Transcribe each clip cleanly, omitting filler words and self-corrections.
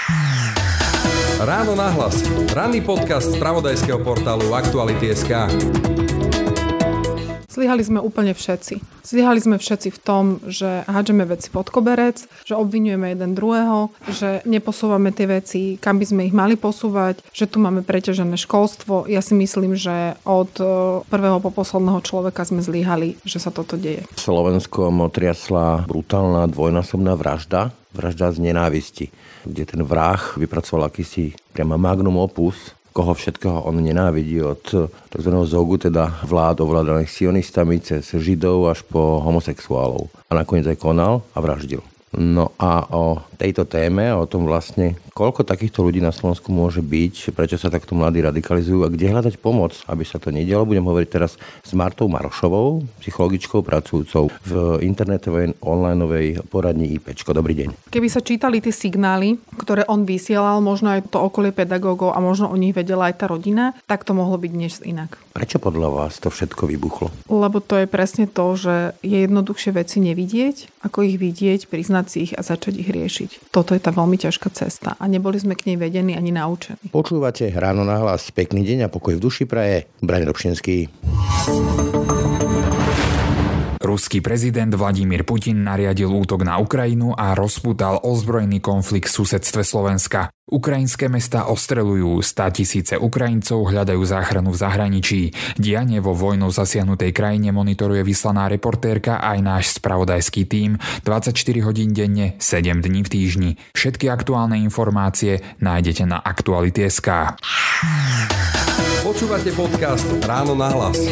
Ráno nahlas. Ranný podcast z spravodajského portálu Aktuality.sk. Zlyhali sme úplne všetci. Zlyhali sme všetci v tom, že hádžeme veci pod koberec, že obviňujeme jeden druhého, že neposúvame tie veci, kam by sme ich mali posúvať, že tu máme preťažené školstvo. Ja si myslím, že od prvého po posledného človeka sme zlyhali, že sa toto deje. Slovenskom otriasla brutálna dvojnásobná vražda z nenávisti, kde ten vrah vypracoval akýsi priama magnum opus, koho všetkého on nenávidí, od tzv. Zogu, teda vlád ovládaných sionistami, cez Židov až po homosexuálov. A nakoniec aj konal a vraždil. No a o tejto téme, o tom vlastne, koľko takýchto ľudí na Slovensku môže byť, prečo sa takto mladí radikalizujú a kde hľadať pomoc, aby sa to nedialo, budem hovoriť teraz s Martou Marošovou, psychologičkou pracujúcou v internetovej onlineovej poradni IPčko. Dobrý deň. Keby sa čítali tie signály, ktoré on vysielal, možno aj to okolie pedagógov a možno o nich vedela aj tá rodina, tak to mohlo byť dnes inak. Prečo podľa vás to všetko vybuchlo? Lebo to je presne to, že je jednoduchšie veci nevidieť, ako ich vidieť, priznať si ich a začať ich riešiť. Toto je tá veľmi ťažká cesta a neboli sme k nej vedení ani naučení. Počúvate Ráno nahlas. Pekný deň a pokoj v duši praje Braň Robšinský. Ruský prezident Vladimír Putin nariadil útok na Ukrajinu a rozputal ozbrojený konflikt v susedstve Slovenska. Ukrajinské mestá ostreľujú, 100 000 Ukrajincov hľadajú záchranu v zahraničí. Dianie vo vojnou zasiahnutej krajine monitoruje vyslaná reportérka aj náš spravodajský tím 24 hodín denne, 7 dní v týždni. Všetky aktuálne informácie nájdete na Aktuality.sk. Počúvate podcast Ráno nahlas.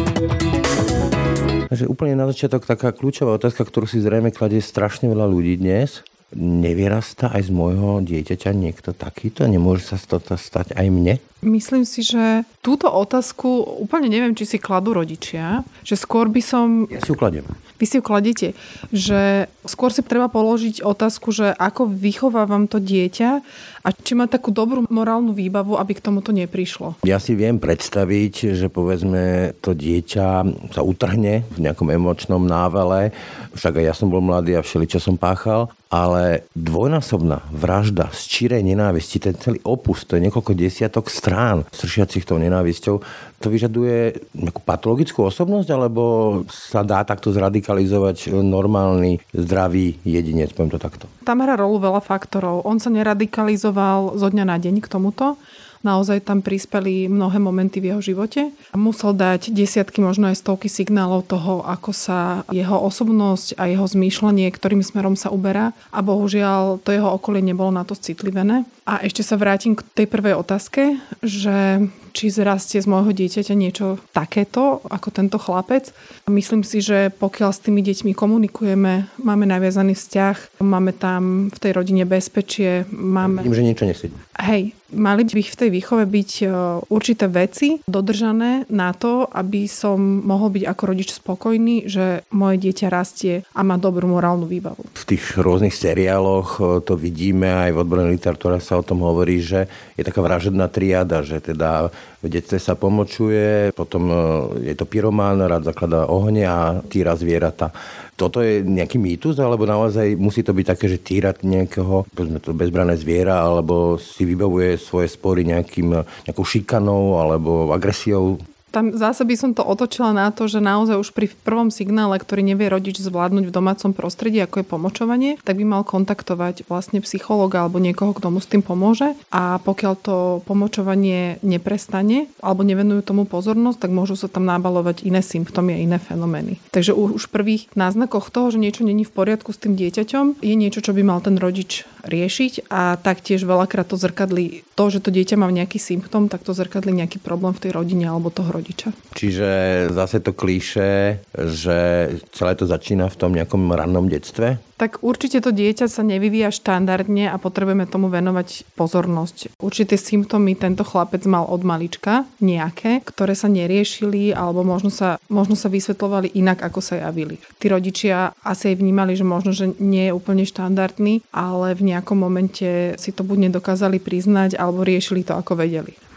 Takže úplne na začiatok taká kľúčová otázka, ktorú si zrejme kladie strašne veľa ľudí dnes. Nevyrastá aj z môjho dieťaťa niekto takýto? Nemôže sa toto stať aj mne? Myslím si, že túto otázku úplne neviem, či si kladú rodičia, že skôr by som... Ja si ju kladiem. Vy si ju kladete, že skôr si treba položiť otázku, že ako vychovávam to dieťa a či má takú dobrú morálnu výbavu, aby k tomuto neprišlo. Ja si viem predstaviť, že povedzme to dieťa sa utrhne v nejakom emočnom návale, však aj ja som bol mladý a všeličo som páchal, ale dvojnásobná vražda z čírej nenávisti, ten celý opus, to je niekoľko desiatok strán sršiacich tou nenávisťou, to vyžaduje nejakú patologickú osobnosť, alebo sa dá takto zradikalizovať normálny, zdravý jedinec, poviem to takto? Tam hrá rolu veľa faktorov. On sa neradikalizoval zo dňa na deň k tomuto. Naozaj tam prispeli mnohé momenty v jeho živote. Musel dať desiatky, možno aj stovky signálov toho, ako sa jeho osobnosť a jeho zmýšľanie, ktorým smerom sa uberá. A bohužiaľ to jeho okolie nebolo na to citlivené. A ešte sa vrátim k tej prvej otázke, že či zrastie z môjho dieťaťa niečo takéto, ako tento chlapec. Myslím si, že pokiaľ s tými deťmi komunikujeme, máme naviazaný vzťah, máme tam v tej rodine bezpečie, máme... Vidím, že niečo nesedí. Hej, mali by v tej výchove byť určité veci dodržané na to, aby som mohol byť ako rodič spokojný, že moje dieťa rastie a má dobrú morálnu výbavu. V tých rôznych seriáloch to vidíme, aj v odbornej literatúre sa o tom hovorí, že je taká vražedná triáda, že teda v detstve sa pomočuje, potom je to pyromán, rád zakladá ohne a týra zvieratá. Toto je nejaký mýtus, alebo naozaj musí to byť také, že týrať nejakého bezbranné zviera, alebo si vybavuje svoje spory nejakou šikanou alebo agresiou? Tam zase by som to otočila na to, že naozaj už pri prvom signále, ktorý nevie rodič zvládnuť v domácom prostredí, ako je pomočovanie, tak by mal kontaktovať vlastne psychológa alebo niekoho, kto mu s tým pomôže. A pokiaľ to pomočovanie neprestane alebo nevenujú tomu pozornosť, tak môžu sa tam nabalovať iné symptómy a iné fenomény. Takže už v prvých náznakoch toho, že niečo není v poriadku s tým dieťaťom, je niečo, čo by mal ten rodič riešiť a taktiež veľakrát to zrkadlí to, že to dieťa má nejaký symptóm, tak to zrkadlí nejaký problém v tej rodine alebo toho rodiča. Čiže zase to klíše, že celé to začína v tom nejakom rannom detstve? Tak určite to dieťa sa nevyvíja štandardne a potrebujeme tomu venovať pozornosť. Určité symptómy tento chlapec mal od malička, nejaké, ktoré sa neriešili alebo možno sa vysvetľovali inak, ako sa javili. Tí rodičia asi aj vnímali, že možno, že nie je úplne štandardný, ale v nejakom momente si to buď nedokázali priznať alebo riešili to, ako vedeli.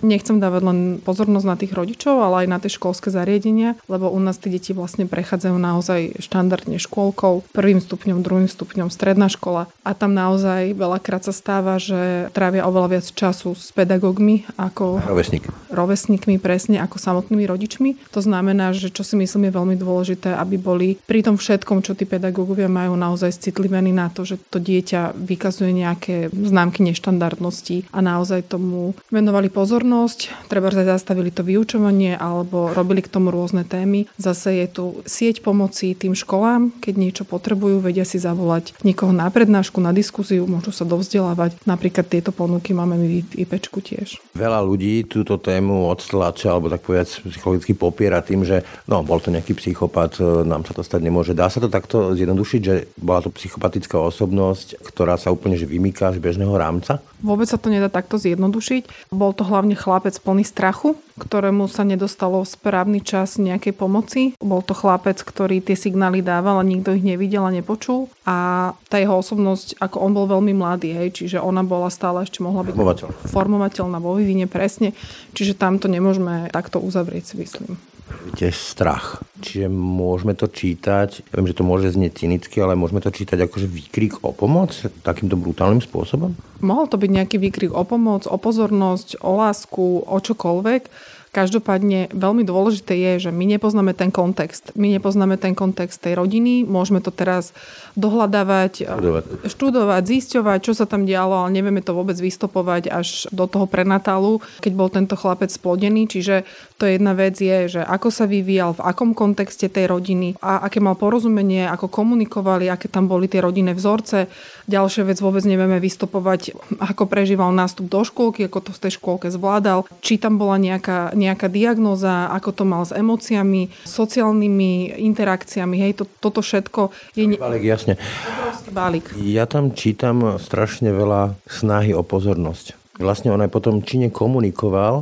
nechcem dávať len pozornosť na tých rodičov, ale aj na tie školské zariadenia, lebo u nás tie deti vlastne prechádzajú naozaj štandardne škôlkou, 1. stupňom, 2. stupňom, stredná škola a tam naozaj veľakrát sa stáva, že trávia oveľa viac času s pedagógmi ako rovesníkmi presne ako samotnými rodičmi. To znamená, že čo si myslím je veľmi dôležité, aby boli pri tom všetkom, čo tí pedagógovia majú, naozaj citlivení na to, že to dieťa vykazuje nejaké známky neštandardnosti a naozaj tomu venovali pozornosť, treba zastavili to vyučovanie alebo robili k tomu rôzne témy. Zase je tu sieť pomoci tým školám, keď niečo potrebujú, vedia si zavolať niekoho na prednášku, na diskusiu, môžu sa dovzdelávať. Napríklad tieto ponuky máme my v IPčku tiež. Veľa ľudí túto tému odtlača, alebo tak povedať psychologicky popiera tým, že bol to nejaký psychopat, nám sa to stať nemôže. Dá sa to takto zjednodušiť, že bola to psychopatická osobnosť, ktorá sa úplne že vymýka z bežného rámca? Vôbec sa to nedá takto zjednodušiť. Bol to hlavne chlapec plný strachu, ktorému sa nedostalo správny čas nejakej pomoci. Bol to chlapec, ktorý tie signály dával a nikto ich nevidel a nepočul. A tá jeho osobnosť, ako on bol veľmi mladý, čiže ona bola stále ešte mohla byť formovateľná vo vývine presne. Čiže tam to nemôžeme takto uzavrieť, si myslím. Tiež strach. Čiže môžeme to čítať, ja viem, že to môže znieť cynicky, ale môžeme to čítať akože výkrik o pomoc takýmto brutálnym spôsobom? Mohol to byť nejaký výkrik o pomoc, o pozornosť, o lásku, o čokoľvek. Každopádne veľmi dôležité je, že my nepoznáme ten kontext. My nepoznáme ten kontext tej rodiny. Môžeme to teraz dohľadávať, študovať, zisťovať, čo sa tam dialo, ale nevieme to vôbec vystopovať až do toho prenatálu, keď bol tento chlapec splodený. Čiže to jedna vec je, že ako sa vyvíjal, v akom kontexte tej rodiny a aké mal porozumenie, ako komunikovali, aké tam boli tie rodinné vzorce. Ďalšia vec, vôbec nevieme vystopovať, ako prežíval nástup do škôlky, ako to v tej škôlke zvládal, či tam bola nejaká diagnóza, ako to mal s emóciami, sociálnymi interakciami. Hej, toto všetko je... Balík, jasne. Obrovský balík. Ja tam čítam strašne veľa snahy o pozornosť. Vlastne on aj potom čine komunikoval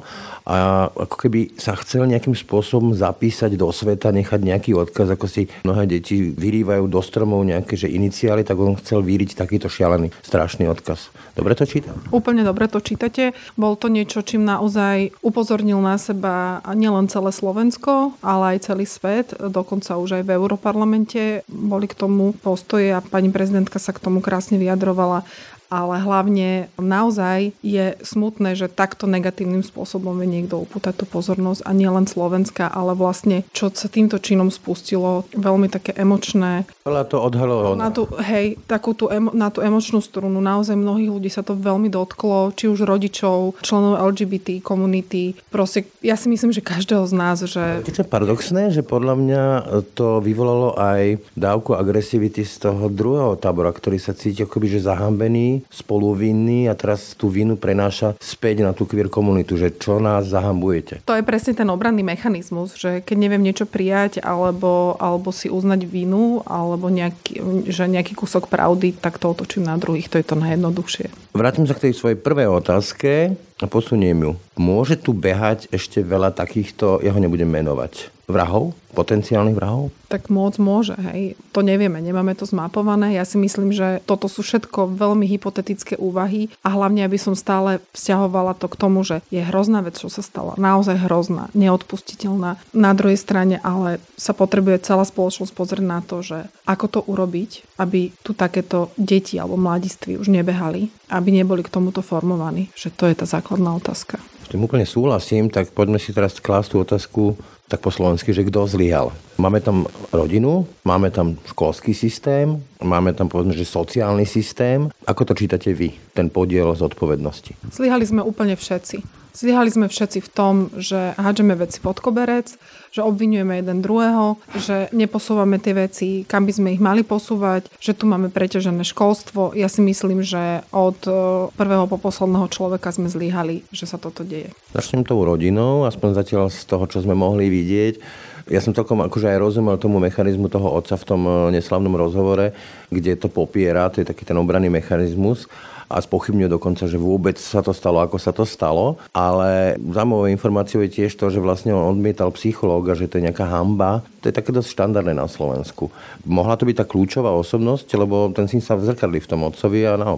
a ako keby sa chcel nejakým spôsobom zapísať do sveta, nechať nejaký odkaz, ako si mnohé deti vyrývajú do stromov nejaké že iniciály, tak on chcel vyriť takýto šialený, strašný odkaz. Dobre to čítam? Úplne dobre to čítate. Bol to niečo, čím naozaj upozornil na seba nielen celé Slovensko, ale aj celý svet. Dokonca už aj v Europarlamente boli k tomu postoje a pani prezidentka sa k tomu krásne vyjadrovala. Ale hlavne naozaj je smutné, že takto negatívnym spôsobom vie niekto upútať tú pozornosť a nie len Slovenska, ale vlastne čo sa týmto činom spustilo, veľmi také emočné. Ale to odhalilo. Na tú emočnú strunu. Naozaj mnohých ľudí sa to veľmi dotklo, či už rodičov, členov LGBT komunity. Proste ja si myslím, že každého z nás, že... Je to paradoxné, že podľa mňa to vyvolalo aj dávku agresivity z toho druhého tábora, ktorý sa cíti akoby že zahambený, spoluvinný a teraz tú vinu prenáša späť na tú queer komunitu, že čo nás zahambujete. To je presne ten obranný mechanizmus, že keď neviem niečo prijať alebo si uznať vinu alebo nejaký kúsok pravdy, tak to otočím na druhých. To je to najjednoduchšie. Vrátim sa k tej svojej prvej otázke a posuniem ju. Môže tu behať ešte veľa takýchto, ja ho nebudem menovať, vrahov? Potenciálnych vrahov? Tak môže, hej. To nevieme, nemáme to zmapované. Ja si myslím, že toto sú všetko veľmi hypotetické úvahy a hlavne, aby som stále vzťahovala to k tomu, že je hrozná vec, čo sa stala. Naozaj hrozná, neodpustiteľná. Na druhej strane ale sa potrebuje celá spoločnosť pozrieť na to, že ako to urobiť, aby tu takéto deti alebo mladiství už nebehali, aby neboli k tomuto formovaní. Že to je tá základná otázka. S tým úplne súhlasím, tak poďme si teraz klásť tú otázku tak po slovensky, že kto zlyhal. Máme tam rodinu, máme tam školský systém, máme tam povedzme, že sociálny systém. Ako to čítate vy, ten podiel zodpovednosti? Zlyhali sme úplne všetci. Zlyhali sme všetci v tom, že hádžeme veci pod koberec, že obviňujeme jeden druhého, že neposúvame tie veci, kam by sme ich mali posúvať, že tu máme preťažené školstvo. Ja si myslím, že od prvého po posledného človeka sme zlyhali, že sa toto deje. Začnem tou rodinou, aspoň zatiaľ z toho, čo sme mohli vidieť. Ja som celkom akože aj rozumel tomu mechanizmu toho otca v tom neslavnom rozhovore, kde to popiera, to je taký ten obranný mechanizmus a spochybňuje dokonca, že vôbec sa to stalo, ako sa to stalo. Ale zaujímavou informáciou je tiež to, že vlastne on odmietal psychológa, že to je nejaká hanba. To je také dosť štandardné na Slovensku. Mohla to byť tá kľúčová osobnosť, lebo ten syn sa vzrkadlí v tom otcovi a naopak.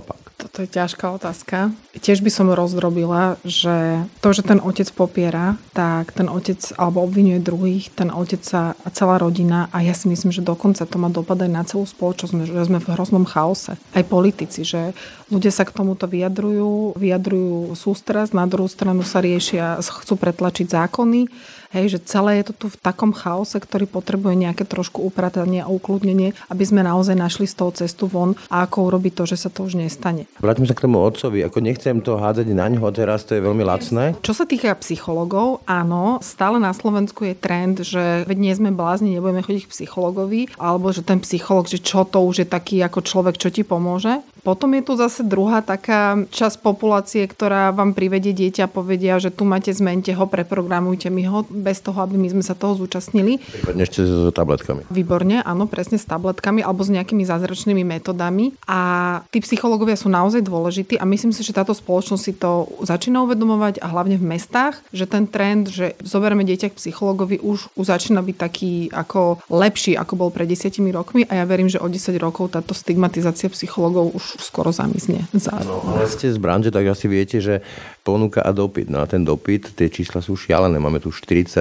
Toto je ťažká otázka. Tiež by som rozdrobila, že to, že ten otec popiera, tak ten otec alebo obvinuje druhých, ten otec sa a celá rodina, a ja si myslím, že dokonca to má dopad aj na celú spoločnosť, že sme v hroznom chaose. Aj politici, že ľudia sa k tomuto vyjadrujú sústrasť, na druhú stranu sa riešia, chcú pretlačiť zákony. Hej, že celé je to tu v takom chaose, ktorý potrebuje nejaké trošku upratanie a ukludnenie, aby sme naozaj našli z toho cestu von a ako urobiť to, že sa to už nestane. Vráťme sa k tomu otcovi. Ako nechcem to hádzať na ňo teraz, to je veľmi lacné. Čo sa týka psychologov, áno, stále na Slovensku je trend, že veď nie sme blázni, nebudeme chodiť k psychologovi, alebo že ten psycholog, že čo to už je taký ako človek, čo ti pomôže. Potom je tu zase druhá taká časť populácie, ktorá vám privedie dieťa a povedia, že tu máte, zmente ho, preprogramujte mi ho, bez toho, aby my sme sa toho zúčastnili. Prípadne ešte s tabletkami. Výborne, áno, presne s tabletkami alebo s nejakými zázračnými metodami. A tí psychológovia sú naozaj dôležití a myslím si, že táto spoločnosť si to začína uvedomovať a hlavne v mestách, že ten trend, že zoberieme dieťa k psychológovi už začína byť taký ako lepší, ako bol pred 10 rokmi a ja verím, že o 10 rokov táto stigmatizácia psychológov už skoro zamizne. No, ale ste z branže, tak asi viete, že ponuka a dopyt. No a ten dopyt, tie čísla sú šialené. Máme tu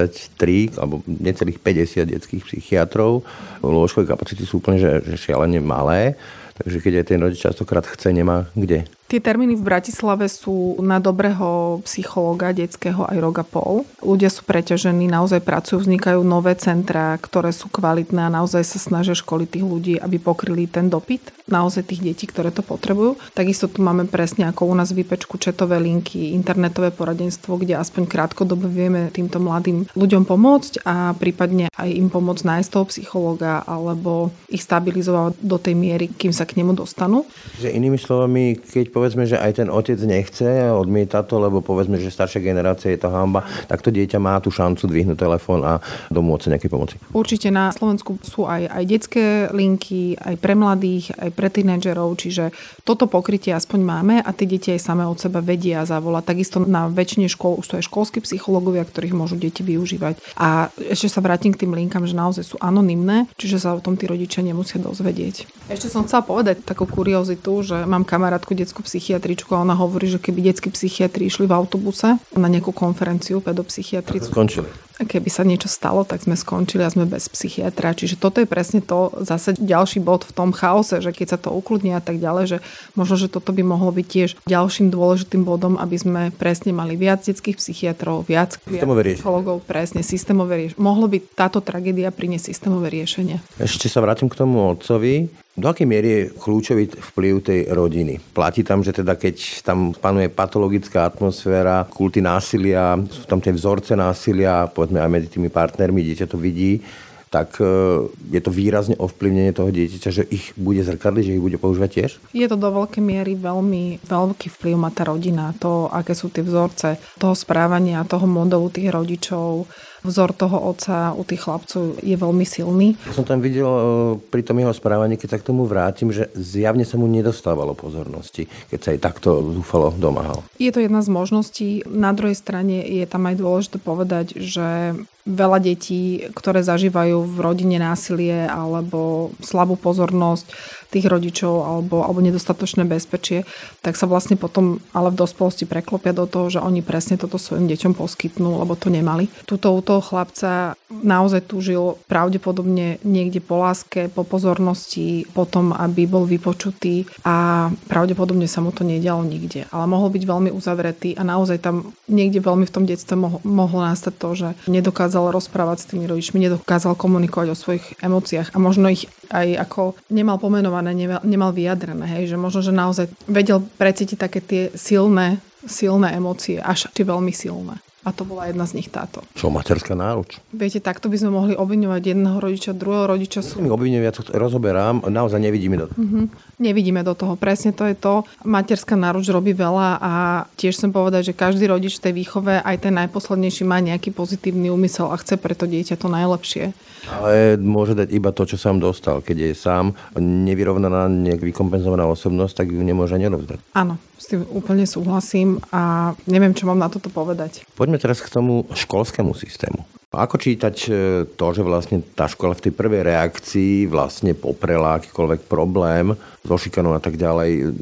43 alebo necelých 50 detských psychiatrov. Lôžkové kapacity sú úplne že šialene malé. Takže keď aj ten rodič častokrát chce, nemá kde. Tie termíny v Bratislave sú na dobrého psychológa detského aj rok a pol. Ľudia sú preťažení, naozaj pracujú, vznikajú nové centrá, ktoré sú kvalitné a naozaj sa snažia školiť tých ľudí, aby pokryli ten dopyt naozaj tých detí, ktoré to potrebujú. Takisto tu máme presne ako u nás v Výpečku četové linky, internetové poradenstvo, kde aspoň krátkodobo vieme týmto mladým ľuďom pomôcť a prípadne aj im pomôcť nájsť toho psychológa alebo ich stabilizovať do tej miery, kým sa k nemu dostanú. Že inými slovami, keď povedzme, že aj ten otec nechce a odmieta to, lebo povedzme, že staršia generácia je to hanba, tak to dieťa má tú šancu dvihnúť telefón a domôcť sa nejakej pomoci. Určite na Slovensku sú aj detské linky, aj pre mladých, aj pre tínedžerov, čiže toto pokrytie aspoň máme a tie deti aj samé od seba vedia zavolať. Takisto na väčšine škôl už sú aj školskí psychológovia, ktorých môžu deti využívať. A ešte sa vrátim k tým linkám, že naozaj sú anonymné, čiže sa o tom tí rodičia nemusia dozvedieť. Ešte som chcela povedať takú kuriozitu, že mám kamarátku detskú psychiatričku a ona hovorí, že keby detskí psychiatri išli v autobuse na nejakú konferenciu pedopsychiatrickú. Skončili. A keby sa niečo stalo, tak sme skončili a sme bez psychiatra. Čiže toto je presne to zase ďalší bod v tom chaose, že keď sa to ukludní a tak ďalej, že možno, že toto by mohlo byť tiež ďalším dôležitým bodom, aby sme presne mali viac detských psychiatrov, viac psychologov, presne systémové riešenie. Mohlo by táto tragédia priniesť systémové riešenie. Ešte sa vrátim k tomu otcovi. Do akej miery je kľúčový vplyv tej rodiny? Platí tam, že teda keď tam panuje patologická atmosféra, kulty násilia, sú tam tie vzorce násilia, povedzme aj medzi tými partnermi, dieťa to vidí, tak je to výrazne ovplyvnenie toho dieťaťa, že ich bude zrkadliť, že ich bude používať tiež? Je to do veľkej miery veľmi veľký vplyv má tá rodina, to, aké sú tie vzorce toho správania, toho modelu tých rodičov. Vzor toho otca u tých chlapcov je veľmi silný. Ja som tam videl pri tom jeho správaní, keď sa k tomu vrátim, že zjavne sa mu nedostávalo pozornosti, keď sa aj takto zúfalo domáhal. Je to jedna z možností. Na druhej strane je tam aj dôležité povedať, že veľa detí, ktoré zažívajú v rodine násilie alebo slabú pozornosť tých rodičov alebo nedostatočné bezpečie, tak sa vlastne potom ale v dospelosti preklopia do toho, že oni presne toto svojim deťom poskytnú, lebo to nemali. Tuto u toho chlapca naozaj túžil pravdepodobne niekde po láske, po pozornosti, potom, aby bol vypočutý a pravdepodobne sa mu to nedialo nikde. Ale mohol byť veľmi uzavretý a naozaj tam niekde veľmi v tom detstve mohlo nastať to, že nedokázal rozprávať s tými rodičmi, nedokázal komunikovať o svojich emóciách a možno ich aj ako nemal pomenované, nemal vyjadrené, hej, že možno, že naozaj vedel precítiť také tie silné emócie, až tie veľmi silné. A to bola jedna z nich táto. Čo, materská náruč? Viete, takto by sme mohli obviňovať jedného rodiča, druhého rodiča. Obviňujem, ja to rozoberám, naozaj nevidíme do toho. Nevidíme do toho, presne to je to. Materská náruč robí veľa a tiež chcem povedať, že každý rodič v tej výchove, aj ten najposlednejší, má nejaký pozitívny úmysel a chce pre to dieťa to najlepšie. Ale môže dať iba to, čo sám dostal. Keď je sám nevyrovnaná, nejak vykompenzovaná osobnosť, tak ju nemôže ani rozdať. Áno, s tým úplne súhlasím a neviem, čo mám na toto povedať. Poďme teraz k tomu školskému systému. Ako čítať to, že vlastne tá škola v tej prvej reakcii vlastne poprela akýkoľvek problém so šikanou a tak ďalej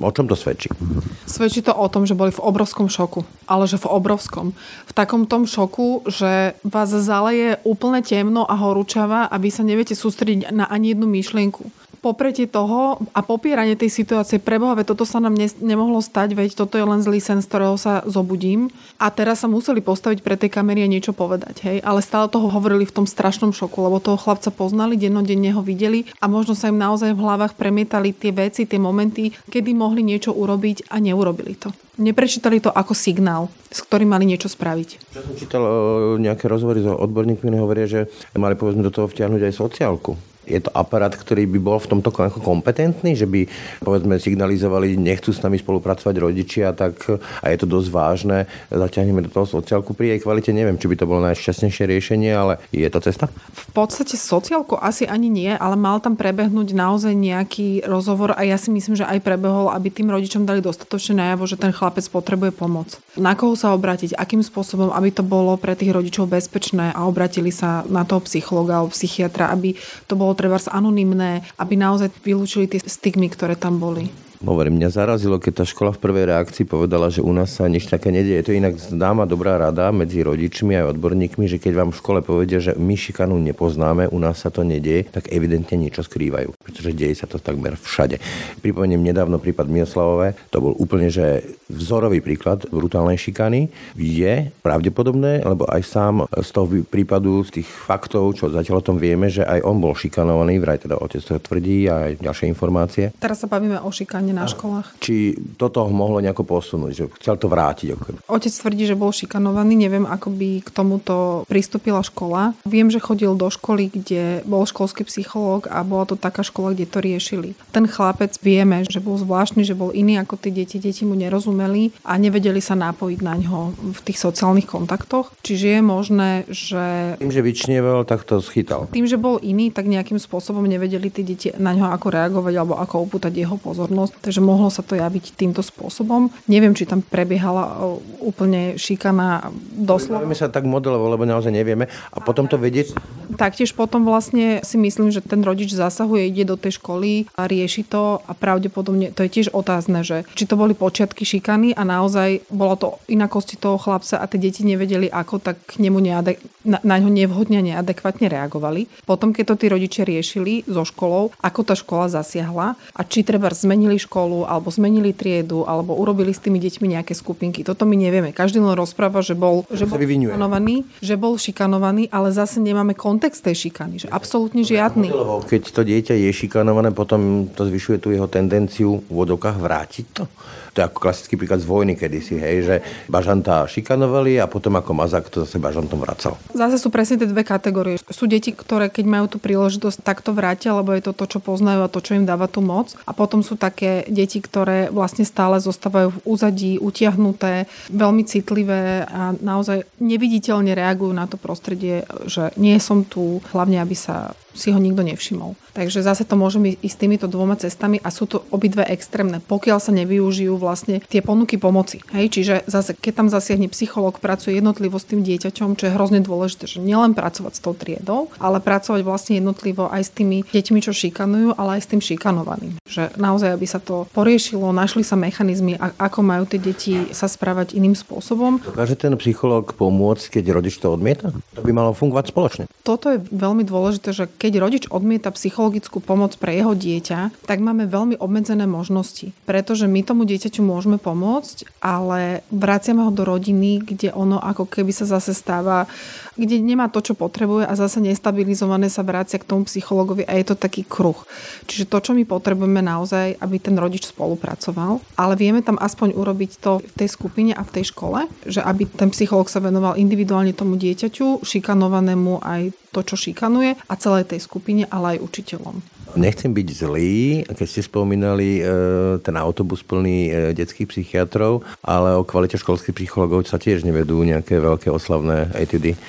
O čom to svedčí? Svedčí to o tom, že boli v obrovskom šoku. Ale že v obrovskom. V takom tom šoku, že vás zaleje úplne temno a horúčava a vy sa neviete sústrediť na ani jednu myšlienku. Popretie toho a popieranie tej situácie, preboha, veď toto sa nám nemohlo stať, veď toto je len zlý sen, z ktorého sa zobudím. A teraz sa museli postaviť pre tej kamery a niečo povedať, hej. Ale stále toho hovorili v tom strašnom šoku, lebo toho chlapca poznali, dennodenne ho videli a možno sa im naozaj v hlavách premietali tie veci, tie momenty, kedy mohli niečo urobiť a neurobili to. Neprečítali to ako signál, s ktorým mali niečo spraviť. Ja som čítal nejaké rozhovory s odborníkmi, hovoria, že mali povedzme do toho vtiahnuť aj sociálku. Je to aparát, ktorý by bol v tomto kompetentný, že by, povedzme, signalizovali, nechcú s nami spolupracovať rodičia, tak a je to dosť vážne, zaťahneme do toho sociálku. Pri jej kvalite neviem, či by to bolo najšťastnejšie riešenie, ale je to cesta? V podstate sociálku asi ani nie, ale mal tam prebehnúť naozaj nejaký rozhovor a ja si myslím, že aj prebehol, aby tým rodičom dali dostatočne najavo, že ten chlapec potrebuje pomoc. Na koho sa obrátiť, akým spôsobom, aby to bolo pre tých rodičov bezpečné a obratili sa na toho psychológa alebo psychiatra, aby to bolo trebárs anonymné, aby naozaj vylúčili tie stigmy, ktoré tam boli. Hovorím, mňa zarazilo, keď tá škola v prvej reakcii povedala, že u nás sa nič také nedieje. To je inak známa dobrá rada medzi rodičmi a odborníkmi, že keď vám v škole povedia, že my šikanu nepoznáme, u nás sa to nedieje, tak evidentne niečo skrývajú, pretože deje sa to takmer všade. Pripomeniem nedávno prípad Miloslavové, to bol úplne že vzorový príklad brutálnej šikany. Je pravdepodobné, lebo aj sám z toho prípadu, z tých faktov, čo zatiaľ o tom vieme, že aj on bol šikanovaný, vraj teda otec to tvrdí a aj ďalšie informácie. Teraz sa bavíme o šikane na školách. Či toto mohlo nejako posunúť, že chcel to vrátiť? Otec tvrdí, že bol šikanovaný, neviem, ako by k tomuto pristúpila škola. Viem, že chodil do školy, kde bol školský psychológ a bola to taká škola, kde to riešili. Ten chlapec vieme, že bol zvláštny, že bol iný ako tie deti. Deti mu nerozumeli a nevedeli sa napojiť na ňo v tých sociálnych kontaktoch. Čiže je možné, že... Tým, že vyčnieval, tak to schytal. Tým, že bol iný, tak nejakým spôsobom nevedeli tie deti na ňo ako reagovať alebo ako upútať jeho pozornosť. Takže mohlo sa to javiť týmto spôsobom. Neviem, či tam prebiehala úplne šikana doslova. Nevieme sa tak modelovo, lebo naozaj nevieme. A potom to vedieť... Taktiež potom vlastne si myslím, že ten rodič zasahuje, ide do tej školy a rieši to a pravdepodobne to je tiež otázne, že či to boli počiatky šikany a naozaj bolo to inakosti toho chlapca a tie deti nevedeli ako, tak k nemu na ňo nevhodne neadekvátne reagovali. Potom, keď to tí rodičia riešili so školou, ako tá škola zasiahla a či treba zmenili školu, alebo zmenili triedu, alebo urobili s tými deťmi nejaké skupinky. Toto my nevieme. Každý len rozpráva, že bol šikanovaný, ale zase nemáme kontext tej šikany, že absolútne žiadny. Keď to dieťa je šikanované, potom to zvyšuje tú jeho tendenciu v vodokách vrátiť to. To je ako klasický príklad z vojny kedysi, hej, že bažantá šikanovali a potom ako mazák to zase bažantom vracal. Zase sú presne tie dve kategórie. Sú deti, ktoré keď majú tú príležitosť, tak to vrátia, lebo je to, čo poznajú a to, čo im dáva tú moc. A potom sú také deti, ktoré vlastne stále zostávajú v úzadí, utiahnuté, veľmi citlivé a naozaj neviditeľne reagujú na to prostredie, že nie som tu, hlavne aby sa si ho nikto nevšimol. Takže zase to môžeme ísť týmito dvoma cestami a sú to obidve extrémne, pokiaľ sa nevyužijú vlastne tie ponuky pomoci. Hej? Čiže zase, keď tam zasiahne psychológ, pracuje jednotlivo s tým dieťaťom, čo je hrozne dôležité, že nielen pracovať s tou triedou, ale pracovať vlastne jednotlivo aj s tými deťmi, čo šikanujú, ale aj s tým šikanovaným. Že naozaj, aby sa to poriešilo, našli sa mechanizmy, ako majú tie deti sa správať iným spôsobom. Dokáže ten psychológ pomôcť, keď rodič to odmieta? To by malo fungovať spoločne. Toto je veľmi dôležité, že keď rodič odmieta psychologickú pomoc pre jeho dieťa, tak máme veľmi obmedzené možnosti. Pretože my tomu dieťaťu môžeme pomôcť, ale vraciame ho do rodiny, kde ono ako keby sa zase stáva, kde nemá to, čo potrebuje a zase nestabilizované sa vracia k tomu psychologovi a je to taký kruh. Čiže to, čo my potrebujeme naozaj, aby ten rodič spolupracoval, ale vieme tam aspoň urobiť to v tej skupine a v tej škole, že aby ten psychológ sa venoval individuálne tomu dieťaťu, šikanovanému aj to, čo šikanuje a celej tej skupine, ale aj učiteľom. Nechcem byť zlý, keď ste spomínali ten autobus plný detských psychiatrov, ale o kvalite školských psychológov sa tiež nevedú nejaké veľké oslavné etudy.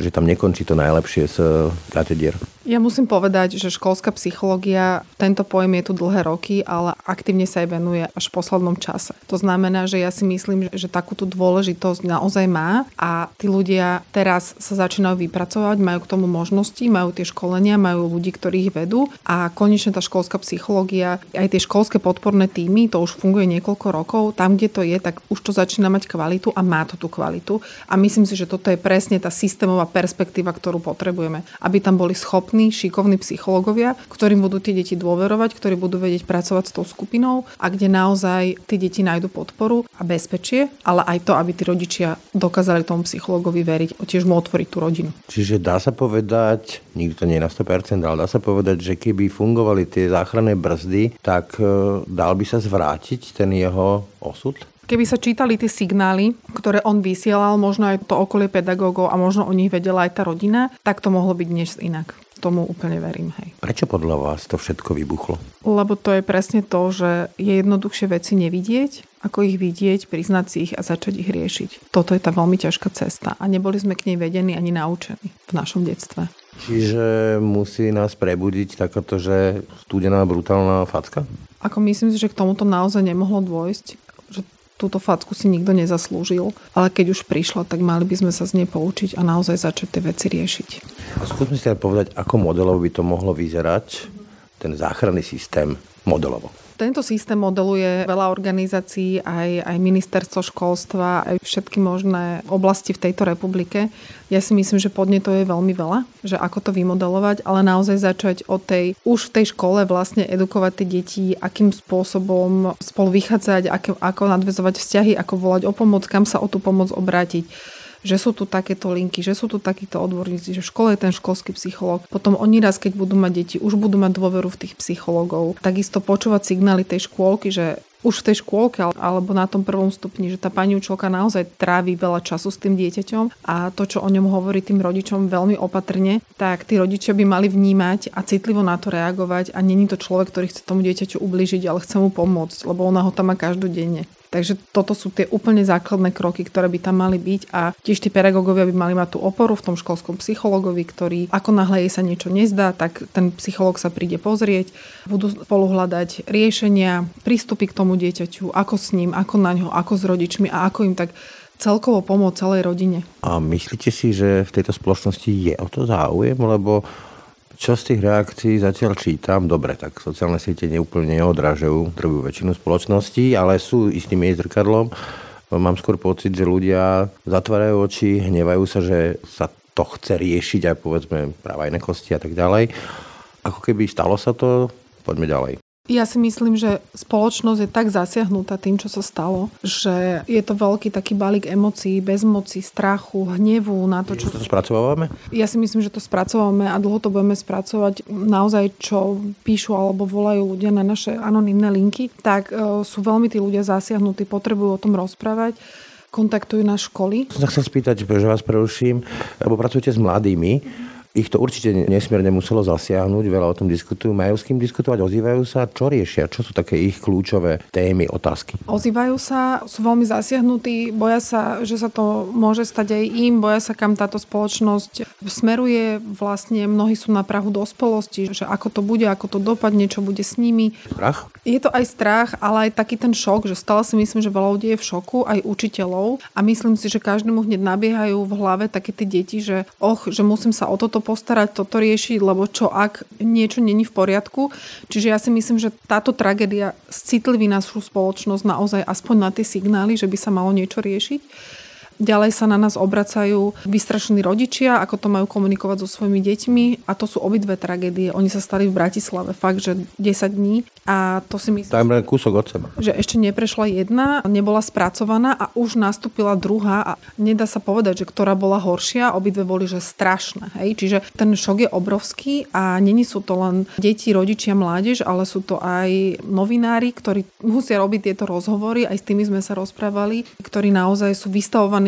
že tam nekončí to najlepšie z katedier. Ja musím povedať, že školská psychológia, tento pojem je tu dlhé roky, ale aktívne sa aj venuje až v poslednom čase. To znamená, že ja si myslím, že takúto dôležitosť naozaj má a tí ľudia teraz sa začínajú vypracovať, majú k tomu možnosti, majú tie školenia, majú ľudí, ktorí ich vedú a konečne tá školská psychológia, aj tie školské podporné tímy, to už funguje niekoľko rokov, tam, kde to je, tak už to začína mať kvalitu a má to tú kvalitu a myslím si, že toto je presne tá systémová perspektíva, ktorú potrebujeme, aby tam boli schopní, šikovní psychológovia, ktorým budú tie deti dôverovať, ktorí budú vedieť pracovať s tou skupinou a kde naozaj tie deti nájdu podporu a bezpečie, ale aj to, aby tí rodičia dokázali tomu psychológovi veriť a tiež mu otvoriť tú rodinu. Čiže dá sa povedať, nikdy to nie je na 100%, ale dá sa povedať, že keby fungovali tie záchranné brzdy, tak dal by sa zvrátiť ten jeho osud? Keby sa čítali tie signály, ktoré on vysielal, možno aj to okolie pedagógov a možno o nich vedela aj tá rodina, tak to mohlo byť dnes inak. Tomu úplne verím, hej. Prečo podľa vás to všetko vybuchlo? Lebo to je presne to, že je jednoduchšie veci nevidieť, ako ich vidieť, priznať si ich a začať ich riešiť. Toto je tá veľmi ťažká cesta a neboli sme k nej vedení ani naučení v našom detstve. Čiže musí nás prebudiť takáto, že studená, brutálna facka? Ako myslím si, že k tomuto naozaj nemohlo dôjsť, že túto facku si nikto nezaslúžil, ale keď už prišla, tak mali by sme sa z nej poučiť a naozaj začať tie veci riešiť. A skúsme si aj povedať, ako modelovo by to mohlo vyzerať, ten záchranný systém modelovo. Tento systém modeluje veľa organizácií, aj ministerstvo školstva, aj všetky možné oblasti v tejto republike. Ja si myslím, že podnetov je veľmi veľa, že ako to vymodelovať, ale naozaj začať od tej, už v tej škole vlastne edukovať tie deti, akým spôsobom spolu vychádzať, ako nadväzovať vzťahy, ako volať o pomoc, kam sa o tú pomoc obrátiť. Že sú tu takéto linky, že sú tu takíto odborníci, že v škole je ten školský psychológ. Potom oni raz, keď budú mať deti, už budú mať dôveru v tých psychológov. Takisto počúvať signály tej škôlky, že už v tej škôlke alebo na tom prvom stupni, že tá pani učiteľka naozaj trávi veľa času s tým dieťaťom a to, čo o ňom hovorí tým rodičom veľmi opatrne, tak tí rodičia by mali vnímať a citlivo na to reagovať a není to človek, ktorý chce tomu dieťaťu ublížiť, ale chce mu pomôcť, lebo ona ho tam má každodenne. Takže toto sú tie úplne základné kroky, ktoré by tam mali byť a tiež tí pedagógovia by mali mať tú oporu v tom školskom psychológovi, ktorý ako náhle jej sa niečo nezdá, tak ten psychológ sa príde pozrieť, budú spolu hľadať riešenia, prístupy k tomu dieťaťu, ako s ním, ako na ňo, ako s rodičmi a ako im tak celkovo pomôcť celej rodine. A myslíte si, že v tejto spoločnosti je o to záujem, lebo čo z tých reakcií zatiaľ čítam, dobre, tak sociálne siete neúplne neodrážajú druhú väčšinu spoločností, ale sú istým jej zrkadlom. Mám skôr pocit, že ľudia zatvárajú oči, hnevajú sa, že sa to chce riešiť aj povedzme práva inekosti a tak ďalej. Ako keby stalo sa to, poďme ďalej. Ja si myslím, že spoločnosť je tak zasiahnutá tým, čo sa stalo, že je to veľký taký balík emócií, bezmoci, strachu, hnevu na to, čo... To spracovávame? Ja si myslím, že to spracovávame a dlho to budeme spracovať. Naozaj, čo píšu alebo volajú ľudia na naše anonymné linky, tak sú veľmi tí ľudia zasiahnutí, potrebujú o tom rozprávať, kontaktujú nás školy. Som sa chcel spýtať, že vás preruším, lebo pracujete s mladými. Ich to určite nesmierne muselo zasiahnuť, veľa o tom diskutujú, majú s kým diskutovať, ozývajú sa, čo riešia, čo sú také ich kľúčové témy, otázky? Ozývajú sa, sú veľmi zasiahnutí, boja sa, že sa to môže stať aj im, boja sa, kam táto spoločnosť smeruje, vlastne mnohí sú na prahu dospelosti, že ako to bude, ako to dopadne, čo bude s nimi. Strach? Je to aj strach, ale aj taký ten šok, že stále si myslím, že veľa ľudí je v šoku, aj učiteľov a myslím si, že každému hneď nabiehajú v hlave také tie deti, že že musím sa o toto postarať, toto riešiť, lebo čo ak niečo není v poriadku. Čiže ja si myslím, že táto tragédia citliví našu spoločnosť naozaj aspoň na tie signály, že by sa malo niečo riešiť. Ďalej sa na nás obracajú vystrašení rodičia, ako to majú komunikovať so svojimi deťmi a to sú obidve tragédie. Oni sa stali v Bratislave fakt, že 10 dní a to si myslím, Tajme kúsok od seba. Že ešte neprešla jedna, nebola spracovaná a už nastúpila druhá a nedá sa povedať, že ktorá bola horšia, obidve boli že strašné. Hej? Čiže ten šok je obrovský a není sú to len deti, rodičia, mládež, ale sú to aj novinári, ktorí musia robiť tieto rozhovory, aj s tými sme sa rozprávali, ktorí naozaj sú vystavovaní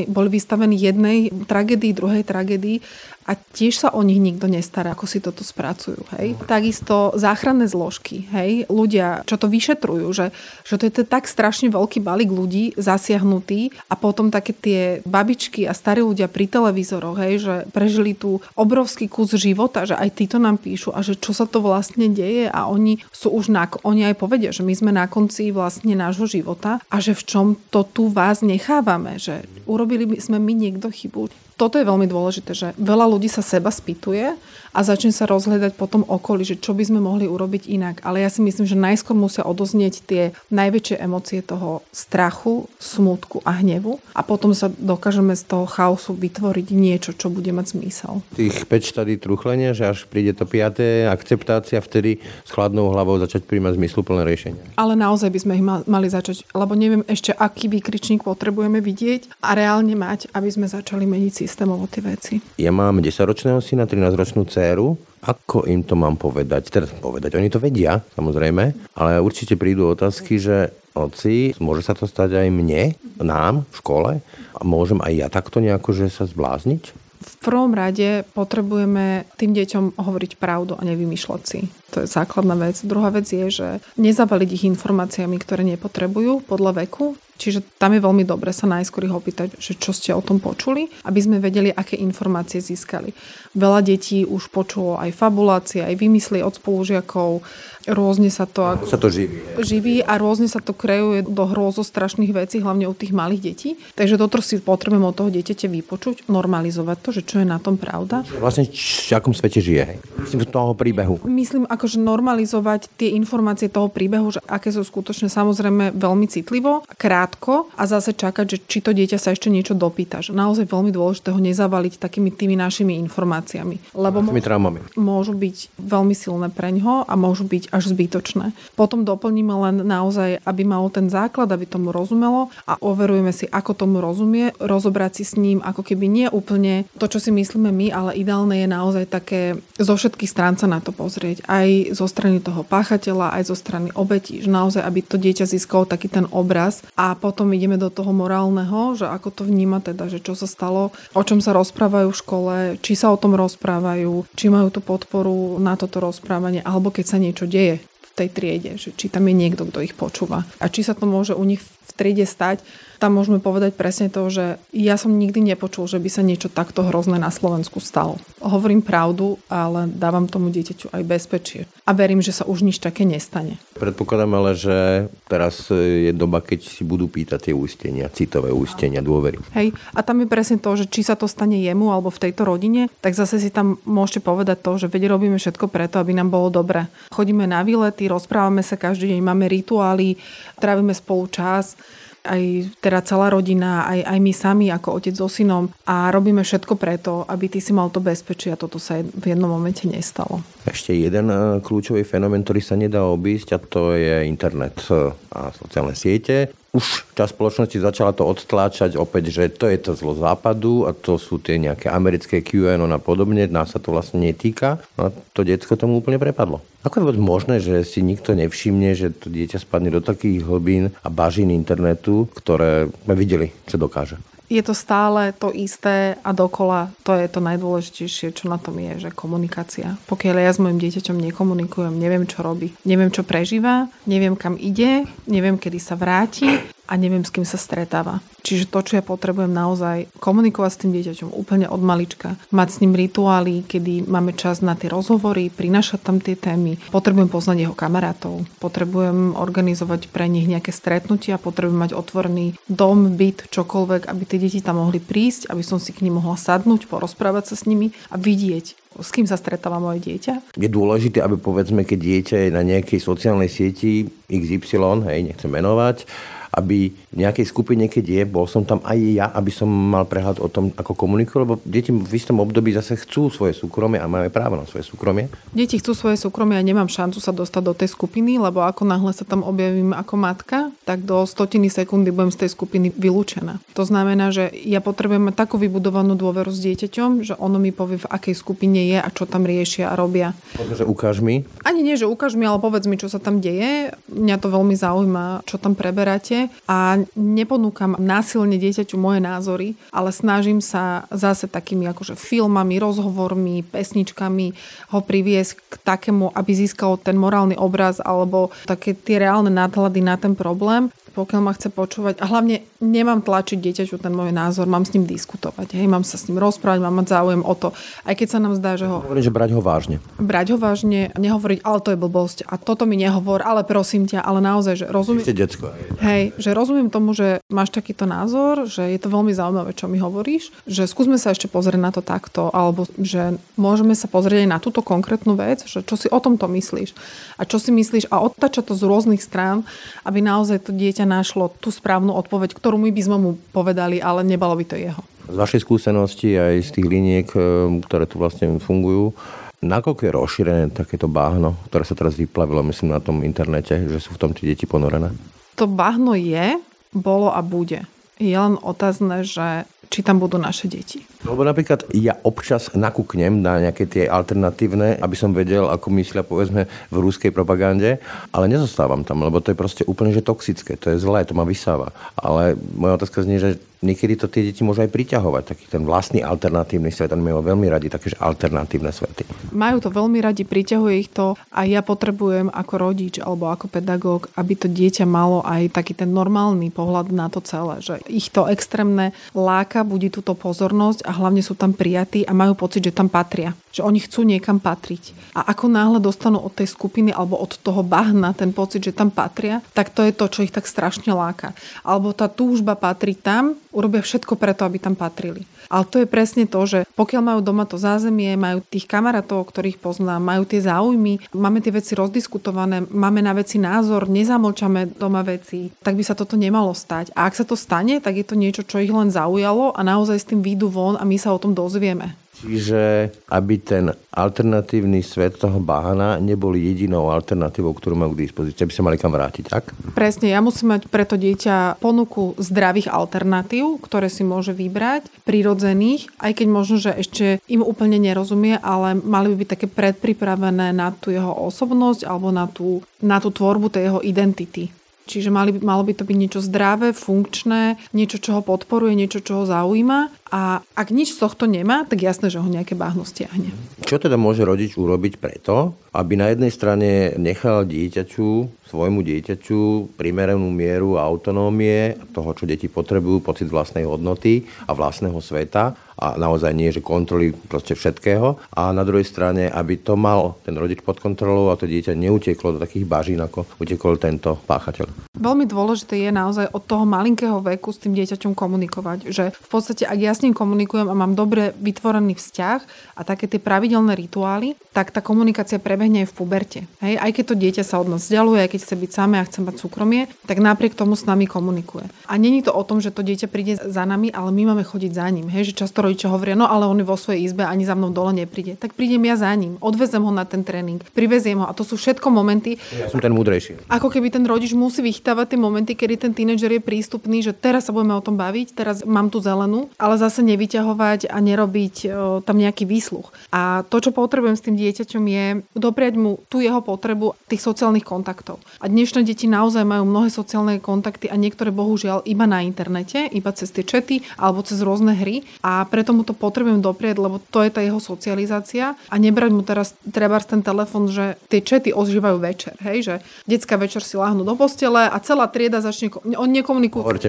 boli vystavení jednej tragédii, druhej tragédii a tiež sa o nich nikto nestará, ako si toto spracujú. Hej. Takisto záchranné zložky, hej. Ľudia, čo to vyšetrujú, že to je tak strašne veľký balík ľudí zasiahnutý a potom také tie babičky a starí ľudia pri televízoroch, hej, že prežili tu obrovský kus života, že aj títo nám píšu a že čo sa to vlastne deje a oni sú už oni aj povedia, že my sme na konci vlastne nášho života a že v čom to tu vás nechávame, že urobili sme my niekto chybu. Toto je veľmi dôležité, že veľa ľudí sa seba spýtuje a začne sa rozhľadať potom okolí, že čo by sme mohli urobiť inak. Ale ja si myslím, že najskôr musia odoznieť tie najväčšie emócie toho strachu, smútku a hnevu a potom sa dokážeme z toho chaosu vytvoriť niečo, čo bude mať zmysel. Tých 5 štádií truchlenia, že až príde to 5. akceptácia, vtedy s chladnou hlavou začať príjmať zmysluplné riešenia. Ale naozaj by sme ich mali začať, lebo neviem ešte, aký výkričník potrebujeme vidieť a reálne mať, aby sme začali meniť systémovo tie veci. Ja mám 10-ročného syna, 13-ročnú dcéru. Ako im to mám povedať? Oni to vedia, samozrejme, ale určite prídu otázky, že oci, môže sa to stať aj mne, nám, v škole? A môžem aj ja takto nejako, že sa zblázniť? V prvom rade potrebujeme tým deťom hovoriť pravdu a nevymýšľať si. To je základná vec. Druhá vec je, že nezavaliť ich informáciami, ktoré nepotrebujú podľa veku. Čiže tam je veľmi dobre sa najskôr ich opýtať, že čo ste o tom počuli, aby sme vedeli, aké informácie získali. Veľa detí už počulo aj fabulácie, aj vymysly od spolužiakov. Rôzne sa to živí a rôzne sa to kreuje do hrôzostrašných vecí, hlavne u tých malých detí. Takže toto si potrebujeme od toho dieťaťa vypočuť, normalizovať to, že čo je na tom pravda. Vlastne v akom svete žije? Myslím toho príbehu. Myslím, akože normalizovať tie informácie toho príbehu, že aké sú skutočne samozrejme veľmi citlivo, krátko a zase čakať, že či to dieťa sa ešte niečo dopýta. Že naozaj veľmi dôležité ho nezavaliť takými tými našimi informáciami. Lebo môžu byť veľmi silné preňho a môžu byť až zbytočné. Potom doplníme len naozaj, aby malo ten základ, aby tomu rozumelo a overujeme si, ako tomu rozumie, rozobrať si s ním, ako keby nie úplne to, čo si myslíme my, ale ideálne je naozaj také zo všetkých strán sa na to pozrieť. Aj zo strany toho páchateľa, aj zo strany obetí, že naozaj, aby to dieťa získalo taký ten obraz a potom ideme do toho morálneho, že ako to vníma teda, že čo sa stalo, o čom sa rozprávajú v škole, či sa o tom rozprávajú, či majú tú podporu na toto rozprávanie, alebo keď sa niečo deje v tej triede, že či tam je niekto, kto ich počúva. A či sa to môže u nich v triede stať, tam môžeme povedať presne to, že ja som nikdy nepočul, že by sa niečo takto hrozné na Slovensku stalo. Hovorím pravdu, ale dávam tomu dieťaťu aj bezpečie. A verím, že sa už nič také nestane. Predpokladám ale, že teraz je doba, keď si budú pýtať tie ústenia, citové ústenia, dôvery. Hej, a tam je presne to, že či sa to stane jemu alebo v tejto rodine, tak zase si tam môžete povedať to, že veď robíme všetko preto, aby nám bolo dobre. Chodíme na výlety, rozprávame sa každý deň, máme rituály, trávime spolu čas, aj teda celá rodina, aj my sami ako otec so synom a robíme všetko preto, aby ty si mal to bezpečie a toto sa v jednom momente nestalo. Ešte jeden kľúčový fenomén, ktorý sa nedá obísť, a to je internet a sociálne siete. Už časť spoločnosti začala to odtláčať opäť, že to je to zlo západu a to sú tie nejaké americké QAnon a podobne, nás sa to vlastne netýka. No a to decko tomu úplne prepadlo. Ako je vôbec možné, že si nikto nevšimne, že to dieťa spadne do takých hlbín a bažín internetu, ktoré sme videli, čo dokáže? Je to stále to isté a dokola to je to najdôležitejšie, čo na tom je, že komunikácia. Pokiaľ ja s mojim dieťaťom nekomunikujem, neviem, čo robí, neviem, čo prežíva, neviem, kam ide, neviem, kedy sa vráti a neviem, s kým sa stretáva. Čiže to, čo ja potrebujem naozaj komunikovať s tým dieťaťom úplne od malička, mať s ním rituály, kedy máme čas na tie rozhovory, prinášať tam tie témy, potrebujem poznať jeho kamarátov, potrebujem organizovať pre nich nejaké stretnutia, potrebujem mať otvorený dom, byt, čokoľvek, aby tie deti tam mohli prísť, aby som si k nim mohla sadnúť, porozprávať sa s nimi a vidieť, s kým sa stretáva moje dieťa. Je dôležité, aby povedzme, keď dieťa je na nejakej sociálnej sieti XY, nechcem menovať, aby v nejakej skupine, keď je, bol som tam aj ja, aby som mal prehľad o tom, ako komunikujú, lebo deti v istom období zase chcú svoje súkromie a majú právo na svoje súkromie. Deti chcú svoje súkromie a nemám šancu sa dostať do tej skupiny, lebo ako náhle sa tam objavím ako matka, tak do 100 sekundy budem z tej skupiny vylúčená. To znamená, že ja potrebujem mať takú vybudovanú dôveru s dieťaťom, že ono mi povie, v akej skupine je a čo tam riešia a robia. Že ukáž mi? Ani nie, že ukáž mi, ale povedz mi, čo sa tam deje. Mňa to veľmi zaujíma, čo tam preberáte. dieťaťuje a neponúkam násilne dieťaťu moje názory, ale snažím sa zase takými akože filmami, rozhovormi, pesničkami ho priviesť k takému, aby získal ten morálny obraz alebo také tie reálne nadhľady na ten problém, pokiaľ ma chce počúvať. A hlavne nemám tlačiť dieťaťu ten môj názor, mám s ním diskutovať. Hej, mám sa s ním rozprávať, mám mať záujem o to. Aj keď sa nám zdá, že ho... Hovorím, že brať ho vážne. Brať ho vážne, nehovoriť, ale to je blbosť a toto mi nehovor, ale prosím ťa, ale naozaj, že rozumiem... Ešte decko. Hej, že rozumiem tomu, že máš takýto názor, že je to veľmi zaujímavé, čo mi hovoríš, že skúsme sa ešte pozrieť na to takto, alebo že môžeme sa pozrieť aj na túto konkrétnu vec, že čo si o tomto myslíš a čo si myslíš a odtačať to z rôznych strán, aby naozaj to dieťa našlo tú správnu odpoveď, ktorú my by sme mu povedali, ale nebolo by to jeho. Z vašej skúsenosti aj z tých liniek, ktoré tu vlastne fungujú, nakoľko je rozšírené takéto bahno, ktoré sa teraz vyplavilo, myslím, na tom internete, že sú v tom tie deti ponorené? To bahno bolo a bude. Je len otázne, že či tam budú naše deti. Lebo napríklad ja občas nakúknem na nejaké tie alternatívne, aby som vedel, ako myslia, povedzme, v ruskej propagande, ale nezostávam tam, lebo to je proste úplne že toxické, to je zlé, to ma vysáva. Ale moja otázka znie, že niekedy to tie deti môžu aj priťahovať, taký ten vlastný alternatívny svet. Oni majú veľmi radi také alternatívne svety. Majú to veľmi radi, priťahuje ich to a ja potrebujem ako rodič alebo ako pedagóg, aby to dieťa malo aj taký ten normálny pohľad na to celé, že ich to extrémne láka, budí túto pozornosť a hlavne sú tam prijatí a majú pocit, že tam patria. Že oni chcú niekam patriť. A ako náhle dostanú od tej skupiny alebo od toho bahna ten pocit, že tam patria, tak to je to, čo ich tak strašne láka. Alebo tá túžba patriť tam, urobia všetko preto, aby tam patrili. Ale to je presne to, že pokiaľ majú doma to zázemie, majú tých kamarátov, ktorých poznám, majú tie záujmy, máme tie veci rozdiskutované, máme na veci názor, nezamlčame doma veci, tak by sa toto nemalo stať. A ak sa to stane, tak je to niečo, čo ich len zaujalo a naozaj s tým výjdu von a my sa o tom dozvieme. Čiže aby ten alternatívny svet toho bahana nebol jedinou alternatívou, ktorú majú k dispozícii, aby sa mali kam vrátiť, tak? Presne, ja musím mať pre to dieťa ponuku zdravých alternatív, ktoré si môže vybrať, prirodzených, aj keď možno, že ešte im úplne nerozumie, ale mali by byť také predpripravené na tú jeho osobnosť alebo na tú tvorbu tej jeho identity. Čiže malo by to byť niečo zdravé, funkčné, niečo, čo ho podporuje, niečo, čo ho zaujíma. A ak nič z tohto nemá, tak jasné, že ho nejaké bahno stiahne. Čo teda môže rodič urobiť preto, aby na jednej strane nechal svojmu dieťaťu primeranú mieru autonómie toho, čo deti potrebujú, pocit vlastnej hodnoty a vlastného sveta a naozaj nie, že kontroly proste všetkého. A na druhej strane, aby to mal ten rodič pod kontrolou a to dieťa neuteklo do takých bažín, ako utekol tento páchateľ. Veľmi dôležité je naozaj od toho malinkého veku s tým dieťaťom komunikovať, že v podstate, ak ja s ním komunikujem a mám dobre vytvorený vzťah a také tie pravidelné rituály, tak tá komunikácia prebehne aj v puberte. Hej? Aj keď to dieťa sa od nás vzdialuje, aj keď chce byť samé a chce mať súkromie, tak napriek tomu s nami komunikuje. A není to o tom, že to dieťa príde za nami, ale my máme chodiť za ním. Hej? Že často rodičia hovoria, no ale on je vo svojej izbe, ani za mnou dole nepríde. Tak prídem ja za ním, odvezem ho na ten tréning, priveziem ho a to sú všetko momenty. Ja som ten múdrejší. Ako keby ten rodič musí vychytávať tie momenty, kedy ten tínedžer je prístupný, že teraz sa budeme o tom baviť, teraz mám tu zelenú, ale zase nevyťahovať a nerobiť tam nejaký výsluch. A to, čo potrebujem s tým dieťaťom, je dopriať mu tú jeho potrebu tých sociálnych kontaktov. A dnešné deti naozaj majú mnohé sociálne kontakty a niektoré bohužiaľ iba na internete, iba cez tie chaty alebo cez rôzne hry a preto mu to potrebujem dopriať, lebo to je tá jeho socializácia a nebrať mu teraz trebárs ten telefon, že tie chaty ožívajú večer, hej, že decká večer si láhnú do postele a celá trieda začne, oni nekomunikujú cez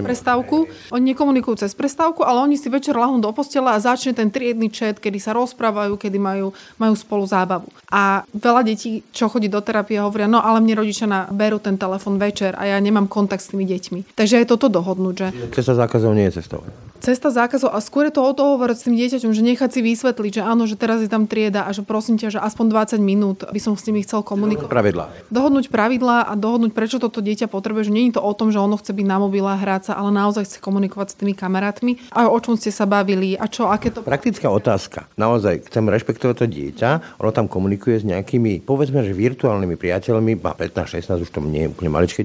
prestávku, ale oni si večer láhnú do postele a začne ten triedny chat, kedy sa rozprávajú, kedy majú spolu zábavu. A veľa detí, čo chodí do terapie, hovoria, no ale mne rodičia berú ten telefon večer a ja nemám kontakt s tými deťmi. Takže je toto dohodnúť, že cesta zákazov nie je cestou. Cesta zákazov a skôr je to o to hovoriť s tým dieťaťom, že nechať si vysvetliť, že áno, že teraz je tam trieda a že prosím ťa, že aspoň 20 minút by som s nimi chcel komunikovať. Dohodnúť pravidlá a dohodnúť, prečo toto dieťa potrebuje, že nie je to o tom, že ono chce byť na mobile a hrať sa, ale naozaj chce komunikovať s tými kamarátmi a o čom ste sa bavili a čo, aké to. Praktická otázka. Naozaj chcem rešpektovať to dieťa, ono tam komunikuje s nejakými, povedzme, že virtuálnymi priateľmi, má 15-16, už to nie je úplne maličké dieťa.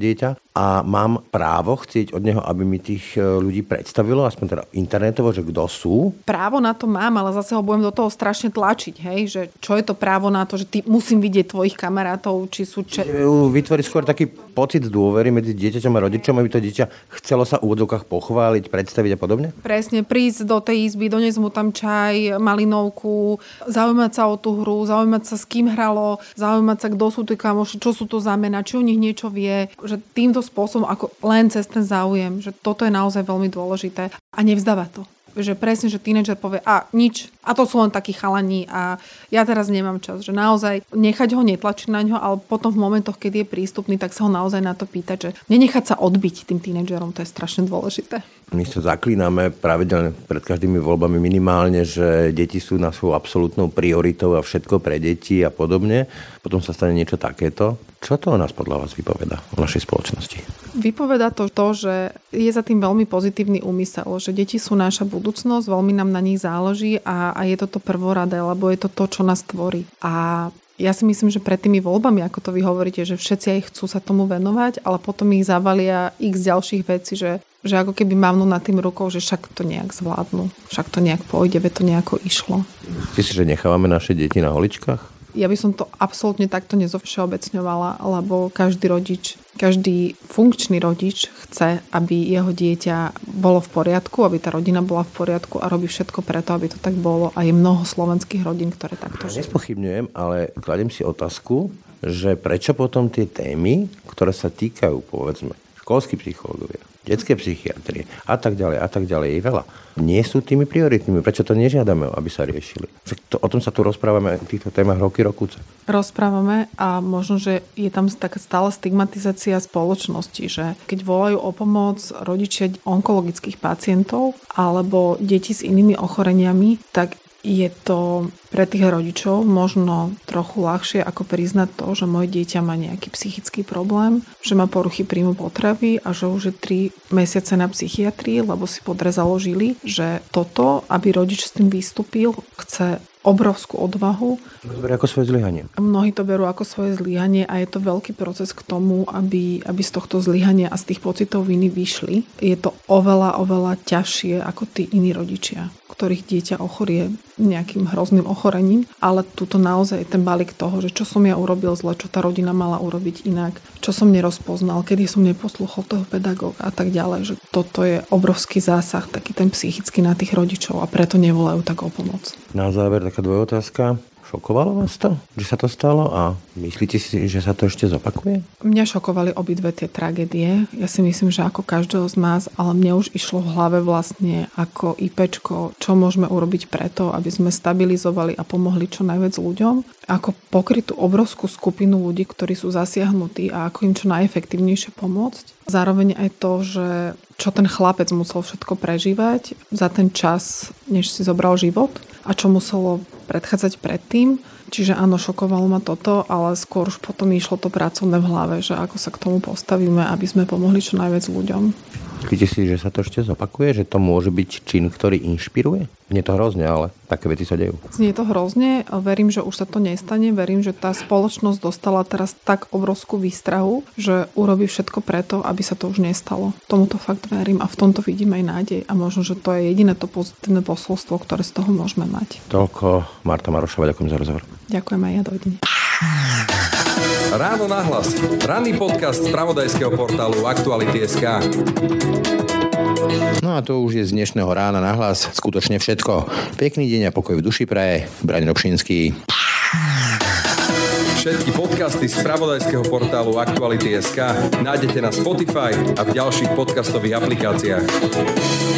a mám právo chcieť od neho, aby mi tých ľudí predstavilo, aspoň teda internetovo, že kto sú. Právo na to mám, ale zase ho budem do toho strašne tlačiť, hej, že čo je to právo na to, že ty musím vidieť tvojich kamarátov, či sú... Vytvorí skôr taký pocit dôvery medzi dieťaťom a rodičom, aby to dieťa chcelo sa v úvodzovkách pochváliť, predstaviť a podobne? Presne, prísť do tej izby, doniesť mu tam čaj, malinovku, zaujímať sa o tú hru, zaujímať sa, s kým hralo, zaujímať sa, kto sú tí kamoši, čo sú to za mená, či o nich niečo vie, že týmto spôsobom, ako len cez ten záujem, že toto je naozaj veľmi dôležité a nevzdávať to. Že presne, že tínedžer povie nič. A to sú len takí chalani a ja teraz nemám čas. Že naozaj nechať ho, netlačiť na ňo, ale potom v momentoch, keď je prístupný, tak sa ho naozaj na to pýtať, že nenechať sa odbiť tým tínedžerom, to je strašne dôležité. My sa zaklíname pravidelne pred každými voľbami minimálne, že deti sú našou absolútnou prioritou a všetko pre deti a podobne. Potom sa stane niečo takéto. Čo to o nás podľa vás vypoveda, o našej spoločnosti? Vypoveda to, že je za tým veľmi pozitívny úmysel, že deti sú naša budúcnosť, veľmi nám na nich záleží a je toto prvoradé, lebo je to to, čo nás tvorí. A ja si myslím, že pred tými voľbami, ako to vy hovoríte, že všetci aj chcú sa tomu venovať, ale potom ich zavalia x ďalších vecí, že ako keby mávnu nad tým rukou, že však to nejak zvládnu, však to nejak pôjde, veď to nejako išlo. Ty si, že nechávame naše deti na holičkách? Ja by som to absolútne takto nezovšeobecňovala, lebo každý rodič, každý funkčný rodič chce, aby jeho dieťa bolo v poriadku, aby tá rodina bola v poriadku a robí všetko preto, aby to tak bolo. A je mnoho slovenských rodín, ktoré takto žijú. Nespochybňujem, ale kladiem si otázku, že prečo potom tie témy, ktoré sa týkajú, povedzme, školskí psychológovia, detské psychiatrie a tak ďalej, je veľa. Nie sú tými prioritnými. Prečo to nežiadame, aby sa riešili? O tom sa tu rozprávame v týchto témach roky. Rozprávame a možno, že je tam taká stála stigmatizácia spoločnosti, že keď volajú o pomoc rodičia onkologických pacientov alebo deti s inými ochoreniami, tak je to pre tých rodičov možno trochu ľahšie ako priznať to, že moje dieťa má nejaký psychický problém, že má poruchy príjmu potravy a že už je 3 mesiace na psychiatrii, lebo si podrezalo žily, že toto, aby rodič s tým vystúpil, chce obrovskú odvahu. To berú ako svoje zlyhanie. Mnohí to berú ako svoje zlyhanie a je to veľký proces k tomu, aby z tohto zlyhania a z tých pocitov viny vyšli. Je to oveľa ťažšie ako tí iní rodičia, ktorých dieťa ochorie nejakým hrozným ochorením, ale tuto naozaj je ten balík toho, že čo som ja urobil zle, čo tá rodina mala urobiť inak, čo som nerozpoznal, kedy som neposlúchol toho pedagóga a tak ďalej, že toto je obrovský zásah, taký ten psychický na tých rodičov a preto nevolajú tak o pomoc. Na záver taká dvojotázka. Šokovalo vás to, že sa to stalo a myslíte si, že sa to ešte zopakuje? Mňa šokovali obidve tie tragédie. Ja si myslím, že ako každého z nás, ale mne už išlo v hlave vlastne ako IPčko, čo môžeme urobiť preto, aby sme stabilizovali a pomohli čo najviac ľuďom. Ako pokryť tú obrovskú skupinu ľudí, ktorí sú zasiahnutí a ako im čo najefektívnejšie pomôcť. Zároveň aj to, že čo ten chlapec musel všetko prežívať za ten čas, než si zobral život a čo muselo predchádzať predtým. Čiže áno, šokovalo ma toto, ale skôr už potom išlo to pracovné v hlave, že ako sa k tomu postavíme, aby sme pomohli čo najviac ľuďom. Myslíte si, že sa to ešte zopakuje? Že to môže byť čin, ktorý inšpiruje? Nie to hrozne, ale také veci sa dejú. Znie to hrozne, verím, že už sa to nestane. Verím, že tá spoločnosť dostala teraz tak obrovskú výstrahu, že urobí všetko preto, aby sa to už nestalo. Tomuto fakt verím a v tomto vidím aj nádej. A možno, že to je jediné to pozitívne posolstvo, ktoré z toho môžeme mať. Toľko Marta Marošová, ďakujem za rozhovor. Ďakujem aj ja, dovidenia. Ráno nahlas. Ranný podcast z spravodajského portálu Aktuality.sk. No a to už je z dnešného Rána nahlas skutočne všetko. Pekný deň a pokoj v duši praje. Braň Robšinský. Všetky podcasty z spravodajského portálu Aktuality.sk nájdete na Spotify a v ďalších podcastových aplikáciách.